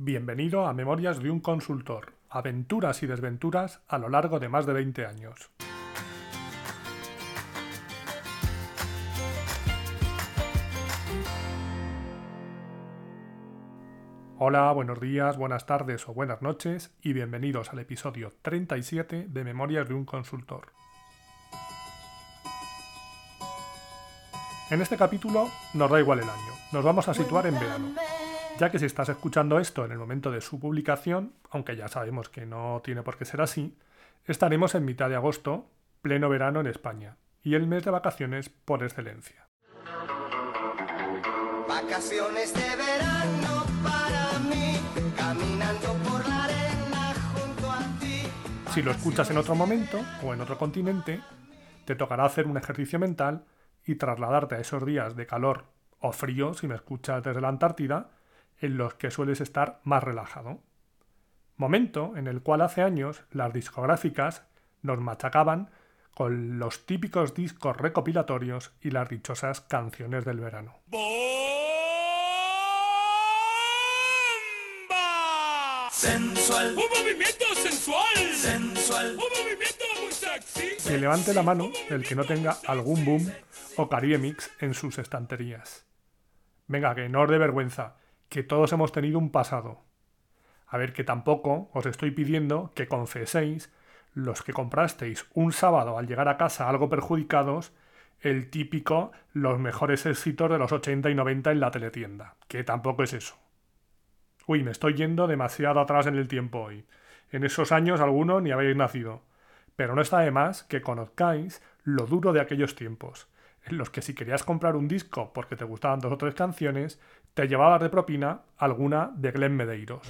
Bienvenido a Memorias de un consultor, aventuras y desventuras a lo largo de más de 20 años. Hola, buenos días, buenas tardes o buenas noches y bienvenidos al episodio 37 de Memorias de un consultor. En este capítulo nos da igual el año, nos vamos a situar en verano, ya que si estás escuchando esto en el momento de su publicación, aunque ya sabemos que no tiene por qué ser así, estaremos en mitad de agosto, pleno verano en España, y el mes de vacaciones por excelencia. Vacaciones de verano para mí, caminando por la arena junto a ti. Si lo escuchas en otro momento o en otro continente, te tocará hacer un ejercicio mental y trasladarte a esos días de calor o frío, si me escuchas desde la Antártida, en los que sueles estar más relajado. Momento en el cual hace años las discográficas nos machacaban con los típicos discos recopilatorios y las dichosas canciones del verano. ¡Bomba! Sensual, ¡Un movimiento sensual! sensual. ¡Un movimiento muy sexy! Que levante la mano el que no tenga algún boom o Caribe Mix en sus estanterías. Venga, que no os dé vergüenza, que todos hemos tenido un pasado. A ver, que tampoco os estoy pidiendo que confeséis los que comprasteis un sábado al llegar a casa algo perjudicados el típico los mejores éxitos de los 80 y 90 en la teletienda, que tampoco es eso. Uy, me estoy yendo demasiado atrás en el tiempo hoy. En esos años algunos ni habéis nacido. Pero no está de más que conozcáis lo duro de aquellos tiempos, en los que si querías comprar un disco porque te gustaban 2 o 3 canciones, te llevabas de propina alguna de Glenn Medeiros.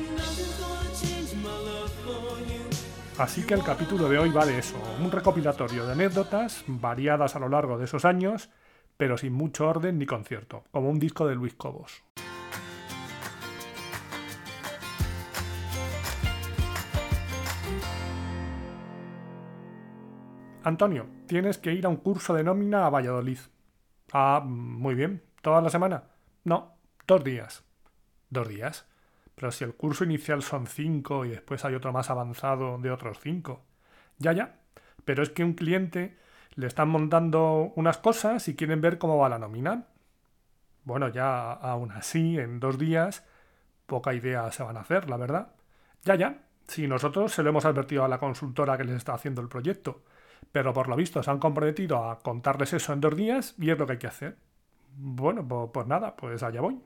Así que el capítulo de hoy va de eso, un recopilatorio de anécdotas variadas a lo largo de esos años, pero sin mucho orden ni concierto, como un disco de Luis Cobos. Antonio, tienes que ir a un curso de nómina a Valladolid. Ah, muy bien. ¿Toda la semana? No, 2 días. ¿2 días? Pero si el curso inicial son 5 y después hay otro más avanzado de otros 5. Ya. Pero es que un cliente le están montando unas cosas y quieren ver cómo va la nómina. Bueno, ya aún así, en 2 días, poca idea se van a hacer, la verdad. Ya. Si nosotros se lo hemos advertido a la consultora que les está haciendo el proyecto. Pero por lo visto se han comprometido a contarles eso en 2 días y es lo que hay que hacer. Bueno, pues nada, pues allá voy.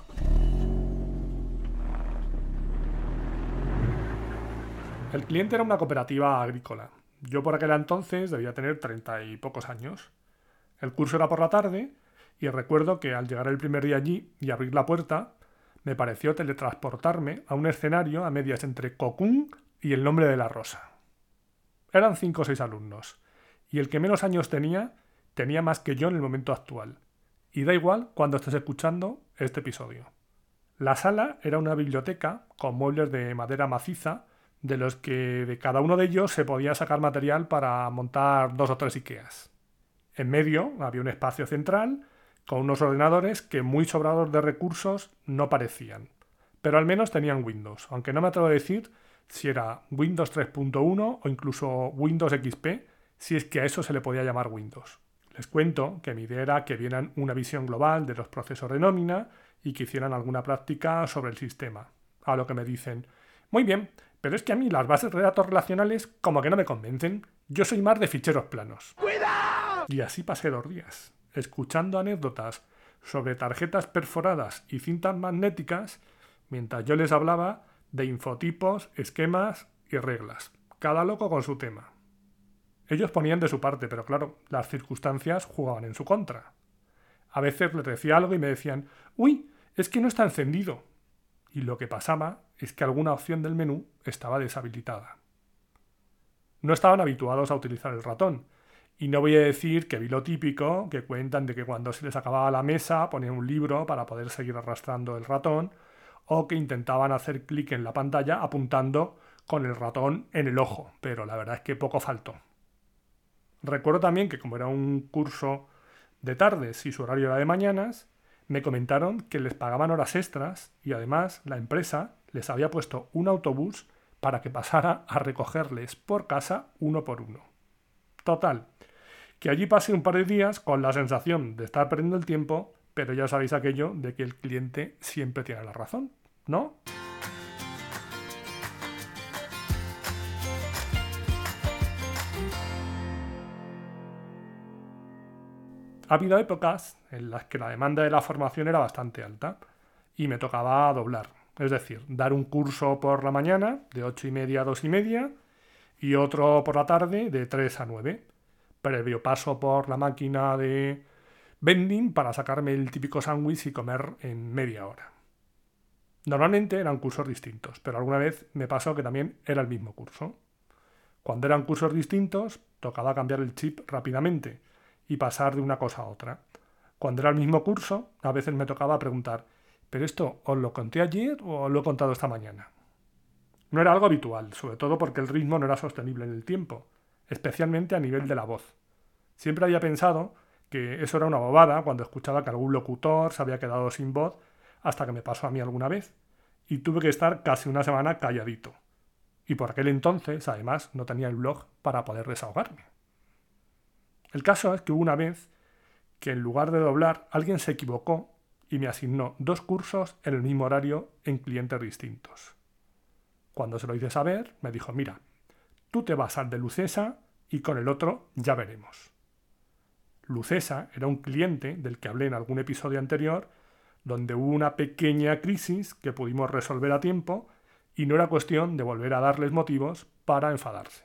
El cliente era una cooperativa agrícola. Yo por aquel entonces debía tener 30 y pocos años. El curso era por la tarde y recuerdo que al llegar el primer día allí y abrir la puerta, me pareció teletransportarme a un escenario a medias entre Cocoon y El nombre de la rosa. Eran 5 o 6 alumnos, y el que menos años tenía más que yo en el momento actual. Y da igual cuando estés escuchando este episodio. La sala era una biblioteca con muebles de madera maciza, de los que de cada uno de ellos se podía sacar material para montar 2 o 3 Ikeas. En medio había un espacio central con unos ordenadores que muy sobrados de recursos no parecían, pero al menos tenían Windows, aunque no me atrevo a decir si era Windows 3.1 o incluso Windows XP, si es que a eso se le podía llamar Windows. Les cuento que mi idea era que vieran una visión global de los procesos de nómina y que hicieran alguna práctica sobre el sistema. A lo que me dicen, muy bien, pero es que a mí las bases de datos relacionales como que no me convencen. Yo soy más de ficheros planos. ¡Cuidado! Y así pasé 2 días, escuchando anécdotas sobre tarjetas perforadas y cintas magnéticas, mientras yo les hablaba de infotipos, esquemas y reglas, cada loco con su tema. Ellos ponían de su parte, pero claro, las circunstancias jugaban en su contra. A veces les decía algo y me decían, ¡uy! Es que no está encendido. Y lo que pasaba es que alguna opción del menú estaba deshabilitada. No estaban habituados a utilizar el ratón, y no voy a decir que vi lo típico, que cuentan de que cuando se les acababa la mesa ponían un libro para poder seguir arrastrando el ratón, o que intentaban hacer clic en la pantalla apuntando con el ratón en el ojo, pero la verdad es que poco faltó. Recuerdo también que como era un curso de tardes y su horario era de mañanas, me comentaron que les pagaban horas extras y además la empresa les había puesto un autobús para que pasara a recogerles por casa uno por uno. Total, que allí pasé un par de días con la sensación de estar perdiendo el tiempo, pero ya sabéis aquello de que el cliente siempre tiene la razón, ¿no? Ha habido épocas en las que la demanda de la formación era bastante alta y me tocaba doblar, es decir, dar un curso por la mañana de 8:30 a 2:30 y otro por la tarde de 3 a 9, previo paso por la máquina de vending para sacarme el típico sándwich y comer en media hora. Normalmente eran cursos distintos, pero alguna vez me pasó que también era el mismo curso. Cuando eran cursos distintos, tocaba cambiar el chip rápidamente y pasar de una cosa a otra. Cuando era el mismo curso, a veces me tocaba preguntar, ¿pero esto os lo conté ayer o os lo he contado esta mañana? No era algo habitual, sobre todo porque el ritmo no era sostenible en el tiempo, especialmente a nivel de la voz. Siempre había pensado que eso era una bobada cuando escuchaba que algún locutor se había quedado sin voz, hasta que me pasó a mí alguna vez, y tuve que estar casi una semana calladito. Y por aquel entonces, además, no tenía el blog para poder desahogarme. El caso es que hubo una vez que en lugar de doblar, alguien se equivocó y me asignó 2 cursos en el mismo horario en clientes distintos. Cuando se lo hice saber, me dijo, mira, tú te vas al de Lucesa y con el otro ya veremos. Lucesa era un cliente del que hablé en algún episodio anterior, donde hubo una pequeña crisis que pudimos resolver a tiempo y no era cuestión de volver a darles motivos para enfadarse.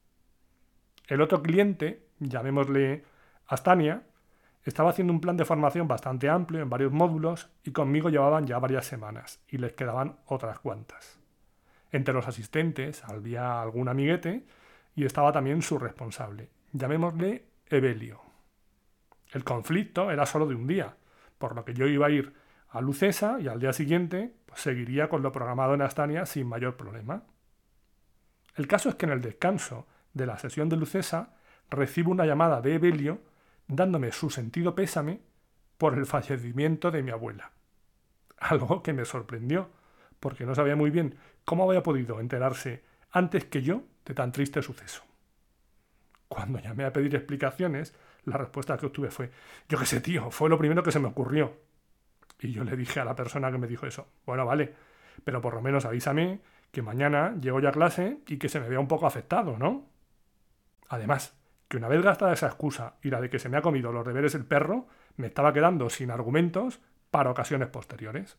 El otro cliente, llamémosle Astania, estaba haciendo un plan de formación bastante amplio en varios módulos y conmigo llevaban ya varias semanas y les quedaban otras cuantas. Entre los asistentes había algún amiguete y estaba también su responsable, llamémosle Evelio. El conflicto era solo de un día, por lo que yo iba a ir a Lucesa y al día siguiente pues, seguiría con lo programado en Astania sin mayor problema. El caso es que en el descanso de la sesión de Lucesa recibo una llamada de Evelio dándome su sentido pésame por el fallecimiento de mi abuela. Algo que me sorprendió, porque no sabía muy bien cómo había podido enterarse antes que yo de tan triste suceso. Cuando llamé a pedir explicaciones, la respuesta que obtuve fue, yo qué sé, tío, fue lo primero que se me ocurrió. Y yo le dije a la persona que me dijo eso, bueno, vale, pero por lo menos avísame que mañana llego ya a clase y que se me vea un poco afectado, ¿no? Además, que una vez gastada esa excusa y la de que se me ha comido los deberes el perro, me estaba quedando sin argumentos para ocasiones posteriores.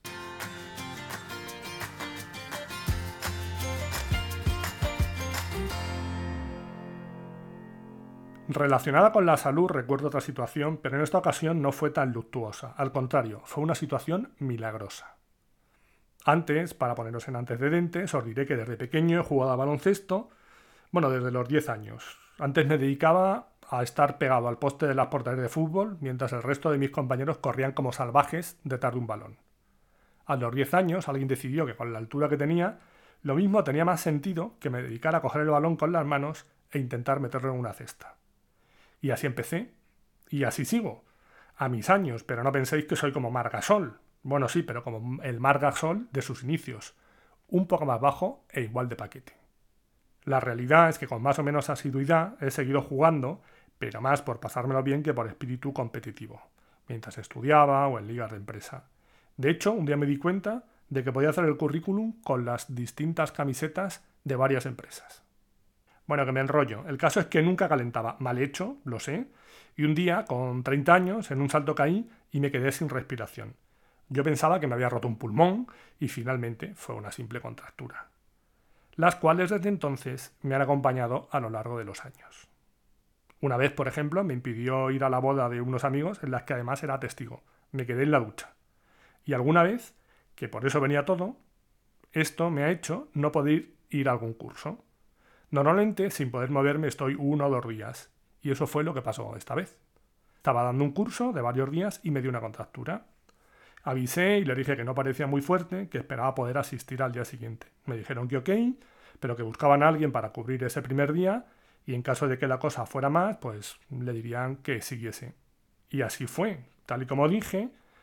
Relacionada con la salud recuerdo otra situación, pero en esta ocasión no fue tan luctuosa. Al contrario, fue una situación milagrosa. Antes, para ponernos en antecedentes, os diré que desde pequeño he jugado a baloncesto, desde los 10 años. Antes me dedicaba a estar pegado al poste de las porterías de fútbol, mientras el resto de mis compañeros corrían como salvajes detrás de un balón. A los 10 años alguien decidió que con la altura que tenía, lo mismo tenía más sentido que me dedicara a coger el balón con las manos e intentar meterlo en una cesta. Y así empecé, y así sigo, a mis años, pero no penséis que soy como Marc Gasol. Bueno, sí, pero como el Marc Gasol de sus inicios, un poco más bajo e igual de paquete. La realidad es que con más o menos asiduidad he seguido jugando, pero más por pasármelo bien que por espíritu competitivo, mientras estudiaba o en ligas de empresa. De hecho, un día me di cuenta de que podía hacer el currículum con las distintas camisetas de varias empresas. Bueno, que me enrollo. El caso es que nunca calentaba. Mal hecho, lo sé. Y un día, con 30 años, en un salto caí y me quedé sin respiración. Yo pensaba que me había roto un pulmón y finalmente fue una simple contractura. Las cuales desde entonces me han acompañado a lo largo de los años. Una vez, por ejemplo, me impidió ir a la boda de unos amigos en las que además era testigo. Me quedé en la ducha. Y alguna vez, que por eso venía todo, esto me ha hecho no poder ir a algún curso. Normalmente, sin poder moverme, estoy 1 o 2 días. Y eso fue lo que pasó esta vez. Estaba dando un curso de varios días y me dio una contractura. Avisé y le dije que no parecía muy fuerte, que esperaba poder asistir al día siguiente. Me dijeron que ok, pero que buscaban a alguien para cubrir ese primer día y en caso de que la cosa fuera más, pues le dirían que siguiese. Y así fue. Tal y como dije,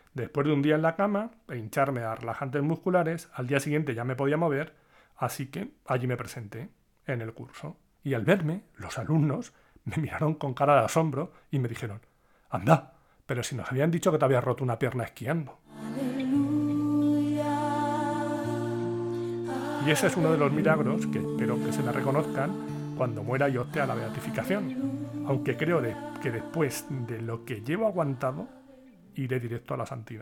Después de un día en la cama e hincharme a relajantes musculares, al día siguiente ya me podía mover, así que allí me presenté en el curso. Y al verme, los alumnos me miraron con cara de asombro y me dijeron: «Anda, pero si nos habían dicho que te habías roto una pierna esquiando». Y ese es uno de los milagros que espero que se me reconozcan cuando muera y opte a la beatificación, aunque creo que después de lo que llevo aguantado, iré directo a la santidad.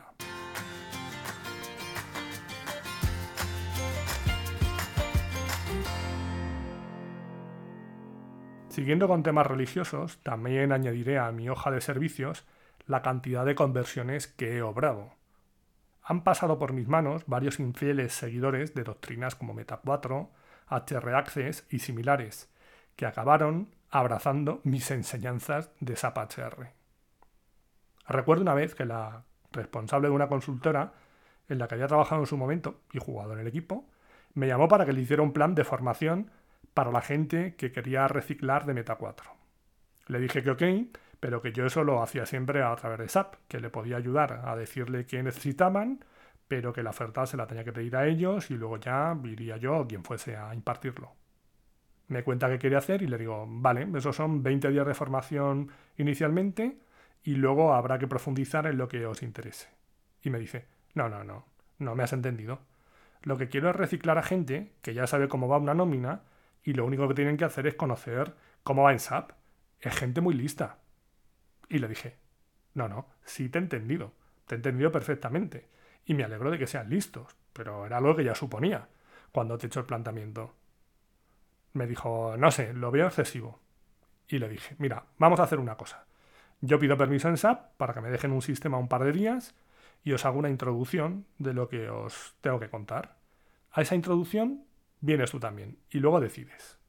Siguiendo con temas religiosos, también añadiré a mi hoja de servicios la cantidad de conversiones que he obrado. Han pasado por mis manos varios infieles seguidores de doctrinas como Meta 4, HR Access y similares, que acabaron abrazando mis enseñanzas de SAP HR. Recuerdo una vez que la responsable de una consultora en la que había trabajado en su momento y jugado en el equipo, me llamó para que le hiciera un plan de formación para la gente que quería reciclar de Meta 4. Le dije que ok, pero que yo eso lo hacía siempre a través de SAP, que le podía ayudar a decirle qué necesitaban, pero que la oferta se la tenía que pedir a ellos y luego ya iría yo o quien fuese a impartirlo. Me cuenta qué quiere hacer y le digo: vale, esos son 20 días de formación inicialmente y luego habrá que profundizar en lo que os interese. Y me dice: no me has entendido. Lo que quiero es reciclar a gente que ya sabe cómo va una nómina y lo único que tienen que hacer es conocer cómo va en SAP. Es gente muy lista. Y le dije: sí te he entendido perfectamente. Y me alegro de que sean listos, pero era algo que ya suponía cuando te he hecho el planteamiento. Me dijo: no sé, lo veo excesivo. Y le dije: mira, vamos a hacer una cosa. Yo pido permiso en SAP para que me dejen un sistema un par de días y os hago una introducción de lo que os tengo que contar. A esa introducción vienes tú también y luego decides.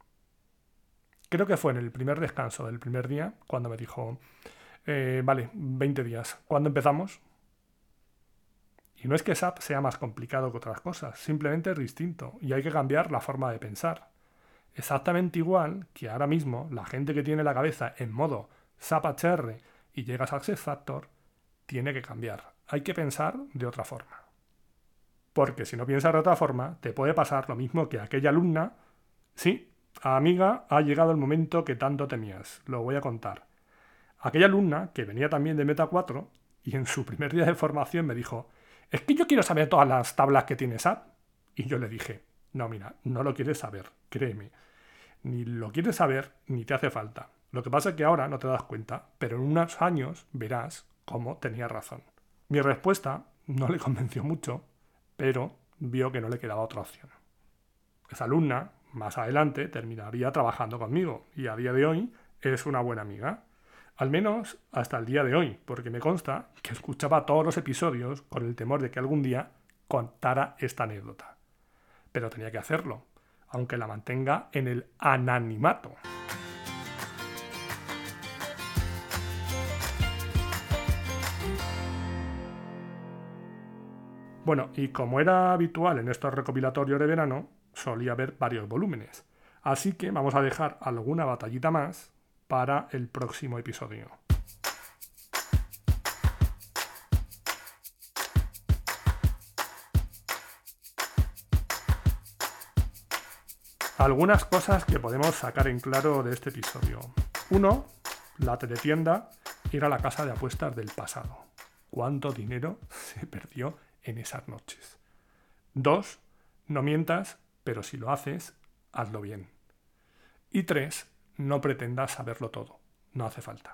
Creo que fue en el primer descanso del primer día cuando me dijo: vale, 20 días. ¿Cuándo empezamos? Y no es que SAP sea más complicado que otras cosas, simplemente es distinto y hay que cambiar la forma de pensar. Exactamente igual que ahora mismo la gente que tiene la cabeza en modo SAP HR y llega a SuccessFactors tiene que cambiar. Hay que pensar de otra forma. Porque si no piensas de otra forma, te puede pasar lo mismo que a aquella alumna. Sí, amiga, ha llegado el momento que tanto temías. Lo voy a contar. Aquella alumna, que venía también de Meta 4, y en su primer día de formación me dijo: es que yo quiero saber todas las tablas que tiene SAP. Y yo le dije: no, mira, no lo quieres saber, créeme. Ni lo quieres saber, ni te hace falta. Lo que pasa es que ahora no te das cuenta, pero en unos años verás cómo tenía razón. Mi respuesta no le convenció mucho, pero vio que no le quedaba otra opción. Esa alumna, más adelante, terminaría trabajando conmigo y a día de hoy es una buena amiga. Al menos hasta el día de hoy, porque me consta que escuchaba todos los episodios con el temor de que algún día contara esta anécdota. Pero tenía que hacerlo, aunque la mantenga en el anonimato. Bueno, y como era habitual en estos recopilatorios de verano, solía haber varios volúmenes. Así que vamos a dejar alguna batallita más para el próximo episodio. Algunas cosas que podemos sacar en claro de este episodio. 1. La teletienda era la casa de apuestas del pasado. ¿Cuánto dinero se perdió en esas noches? 2. No mientas, pero si lo haces, hazlo bien. Y 3. No pretendas saberlo todo. No hace falta.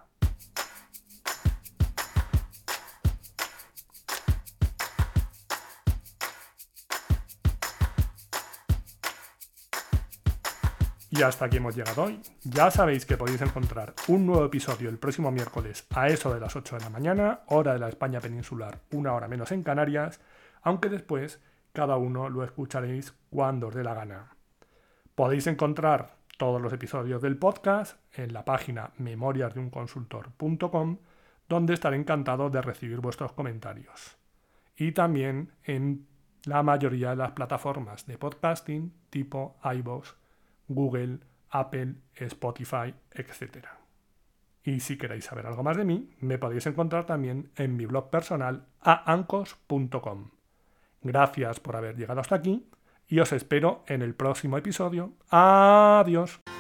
Y hasta aquí hemos llegado hoy. Ya sabéis que podéis encontrar un nuevo episodio el próximo miércoles a eso de las 8 de la mañana, hora de la España peninsular, una hora menos en Canarias, aunque después cada uno lo escucharéis cuando os dé la gana. Podéis encontrar todos los episodios del podcast en la página memoriasdeunconsultor.com, donde estaré encantado de recibir vuestros comentarios. Y también en la mayoría de las plataformas de podcasting tipo iVoox, Google, Apple, Spotify, etc. Y si queréis saber algo más de mí, me podéis encontrar también en mi blog personal aancos.com. Gracias por haber llegado hasta aquí y os espero en el próximo episodio. ¡Adiós!